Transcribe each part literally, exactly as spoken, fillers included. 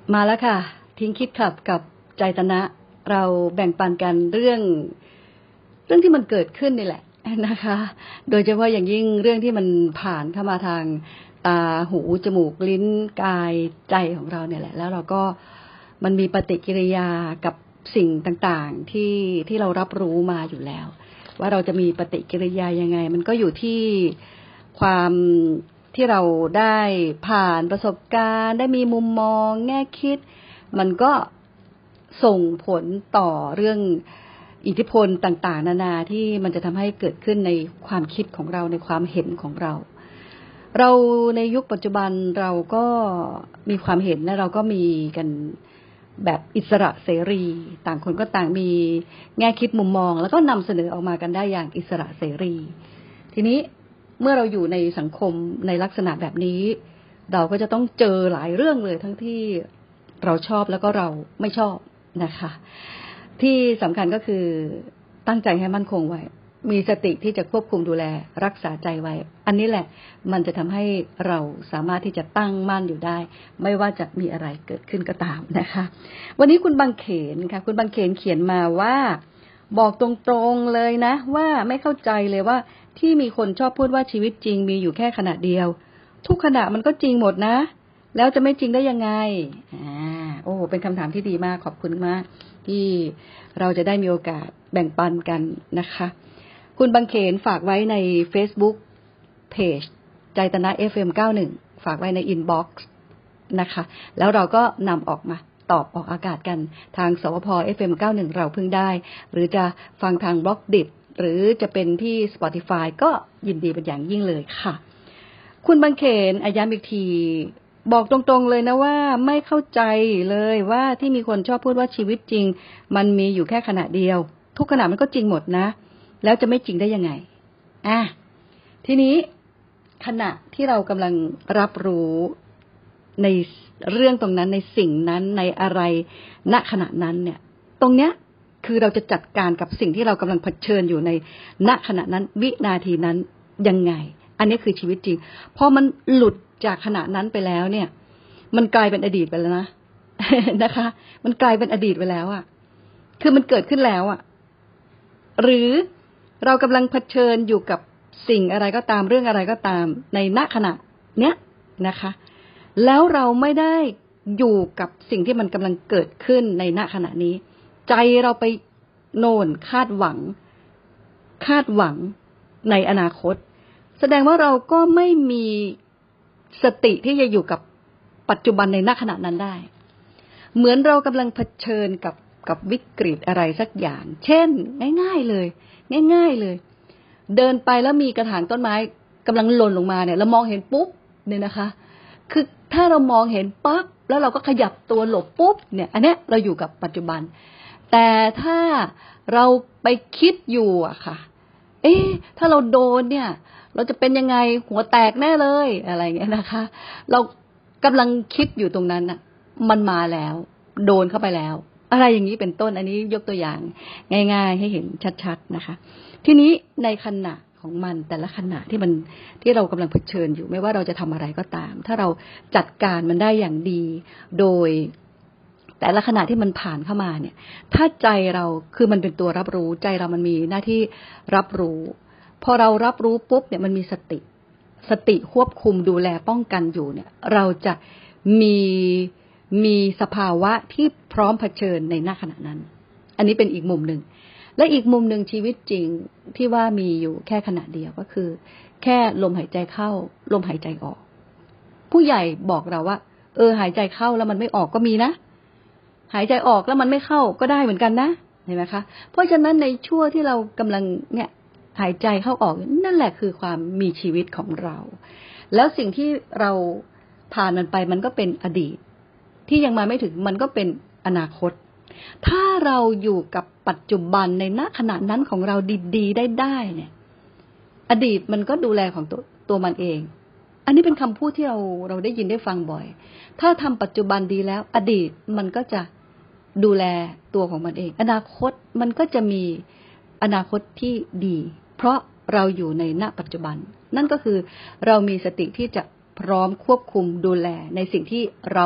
มาแล้วค่ะทิ้งคิดขับกับใจตนะเราแบ่งปันกันเรื่องเรื่องที่มันเกิดขึ้นนี่แหละนะคะโดยเฉพาะอย่างยิ่งเรื่องที่มันผ่านเข้ามาทางตาหูจมูกลิ้นกายใจของเราเนี่ยแหละแล้วเราก็มันมีปฏิกิริยากับสิ่งต่างๆที่ที่เรารับรู้มาอยู่แล้วว่าเราจะมีปฏิกิริยายังไงมันก็อยู่ที่ความที่เราได้ผ่านประสบการณ์ได้มีมุมมองแง่คิดมันก็ส่งผลต่อเรื่องอิทธิพลต่างๆนานาที่มันจะทำให้เกิดขึ้นในความคิดของเราในความเห็นของเราเราในยุคปัจจุบันเราก็มีความเห็นและเราก็มีกันแบบอิสระเสรีต่างคนก็ต่างมีแง่คิดมุมมองแล้วก็นำเสนอออกมากันได้อย่างอิสระเสรีทีนี้เมื่อเราอยู่ในสังคมในลักษณะแบบนี้เราก็จะต้องเจอหลายเรื่องเลยทั้งที่เราชอบแล้วก็เราไม่ชอบนะคะที่สำคัญก็คือตั้งใจให้มั่นคงไว้มีสติที่จะควบคุมดูแลรักษาใจไว้อันนี้แหละมันจะทำให้เราสามารถที่จะตั้งมั่นอยู่ได้ไม่ว่าจะมีอะไรเกิดขึ้นก็ตามนะคะวันนี้คุณบางเขนค่ะคุณบางเขนเขียนมาว่าบอกตรงๆเลยนะว่าไม่เข้าใจเลยว่าที่มีคนชอบพูดว่าชีวิตจริงมีอยู่แค่ขณะเดียวทุกขณะมันก็จริงหมดนะแล้วจะไม่จริงได้ยังไงอ่าโอ้เป็นคำถามที่ดีมากขอบคุณมากที่เราจะได้มีโอกาสแบ่งปันกันนะคะคุณบางเขนฝากไว้ใน Facebook Page ใจตนะ เอฟ เอ็ม เก้าสิบเอ็ด ฝากไว้ใน Inbox นะคะแล้วเราก็นำออกมาตอบออกอากาศกันทางสวพ เอฟ เอ็ม เก้าสิบเอ็ด เราเพิ่งได้หรือจะฟังทาง บล็อกดิท หรือจะเป็นที่ Spotify ก็ยินดีเป็นอย่างยิ่งเลยค่ะคุณบางเขนอาย้ำอีกทีบอกตรงๆเลยนะว่าไม่เข้าใจเลยว่าที่มีคนชอบพูดว่าชีวิตจริงมันมีอยู่แค่ขณะเดียวทุกขณะมันก็จริงหมดนะแล้วจะไม่จริงได้ยังไงอ่ะทีนี้ขณะที่เรากำลังรับรู้ในเรื่องตรงนั้นในสิ่งนั้นในอะไรณขณะนั้นเนี่ยตรงเนี้ยคือเราจะจัดการกับสิ่งที่เรากำลังเผชิญอยู่ในณขณะนั้นวินาทีนั้นยังไงอันนี้คือชีวิตจริงพอมันหลุดจากขณะนั้นไปแล้วเนี่ยมันกลายเป็นอดีตไปแล้วนะ นะคะมันกลายเป็นอดีตไปแล้วอ่ะคือมันเกิดขึ้นแล้วอ่ะหรือเรากำลังเผชิญอยู่กับสิ่งอะไรก็ตามเรื่องอะไรก็ตามในณขณะเนี้ยนะคะแล้วเราไม่ได้อยู่กับสิ่งที่มันกำลังเกิดขึ้นในณขณะนี้ใจเราไปโน่นคาดหวังคาดหวังในอนาคตแสดงว่าเราก็ไม่มีสติที่จะอยู่กับปัจจุบันในณขณะนั้นได้เหมือนเรากำลังเผชิญกับกับวิกฤตอะไรสักอย่างเช่นง่ายๆเลยง่ายๆเลยเดินไปแล้วมีกระถางต้นไม้กำลังหล่นลงมาเนี่ยเรามองเห็นปุ๊บเนี่ยนะคะคือถ้าเรามองเห็นปั๊บแล้วเราก็ขยับตัวหลบปุ๊บเนี่ยอันเนี้ยเราอยู่กับปัจจุบันแต่ถ้าเราไปคิดอยู่อะค่ะเอ๊ะถ้าเราโดนเนี่ยเราจะเป็นยังไงหัวแตกแน่เลยอะไรเงี้ยนะคะเรากำลังคิดอยู่ตรงนั้นน่ะมันมาแล้วโดนเข้าไปแล้วอะไรอย่างนี้เป็นต้นอันนี้ยกตัวอย่างง่ายๆให้เห็นชัดๆนะคะทีนี้ในขณะของมันแต่ละขณะที่มันที่เรากำลังเผชิญอยู่ไม่ว่าเราจะทำอะไรก็ตามถ้าเราจัดการมันได้อย่างดีโดยแต่ละขณะที่มันผ่านเข้ามาเนี่ยถ้าใจเราคือมันเป็นตัวรับรู้ใจเรามันมีหน้าที่รับรู้พอเรารับรู้ปุ๊บเนี่ยมันมีสติสติควบคุมดูแลป้องกันอยู่เนี่ยเราจะมีมีสภาวะที่พร้อมเผชิญในณขณะนั้นอันนี้เป็นอีกมุมหนึ่งและอีกมุมหนึ่งชีวิตจริงที่ว่ามีอยู่แค่ขณะเดียวก็คือแค่ลมหายใจเข้าลมหายใจออกผู้ใหญ่บอกเราว่าเออหายใจเข้าแล้วมันไม่ออกก็มีนะหายใจออกแล้วมันไม่เข้าก็ได้เหมือนกันนะเห็นไหมคะเพราะฉะนั้นในช่วงที่เรากำลังเนี่ยหายใจเข้าออกนั่นแหละคือความมีชีวิตของเราแล้วสิ่งที่เราผ่านมันไปมันก็เป็นอดีตที่ยังมาไม่ถึงมันก็เป็นอนาคตถ้าเราอยู่กับปัจจุบันในณขณะนั้นของเราดีๆได้ได้เนี่ยอดีตมันก็ดูแลของตัวตัวมันเองอันนี้เป็นคำพูดที่เราเราได้ยินได้ฟังบ่อยถ้าทำปัจจุบันดีแล้วอดีตมันก็จะดูแลตัวของมันเองอนาคตมันก็จะมีอนาคตที่ดีเพราะเราอยู่ในณปัจจุบันนั่นก็คือเรามีสติที่จะพร้อมควบคุมดูแลในสิ่งที่เรา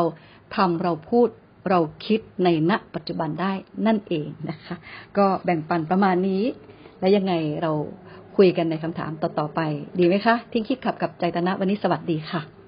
ทำเราพูดเราคิดในณปัจจุบันได้นั่นเองนะคะก็แบ่งปันประมาณนี้แล้วยังไงเราคุยกันในคำถามต่อๆไปดีไหมคะทิ้งคิดขับกับใจตนะวันนี้สวัสดีค่ะ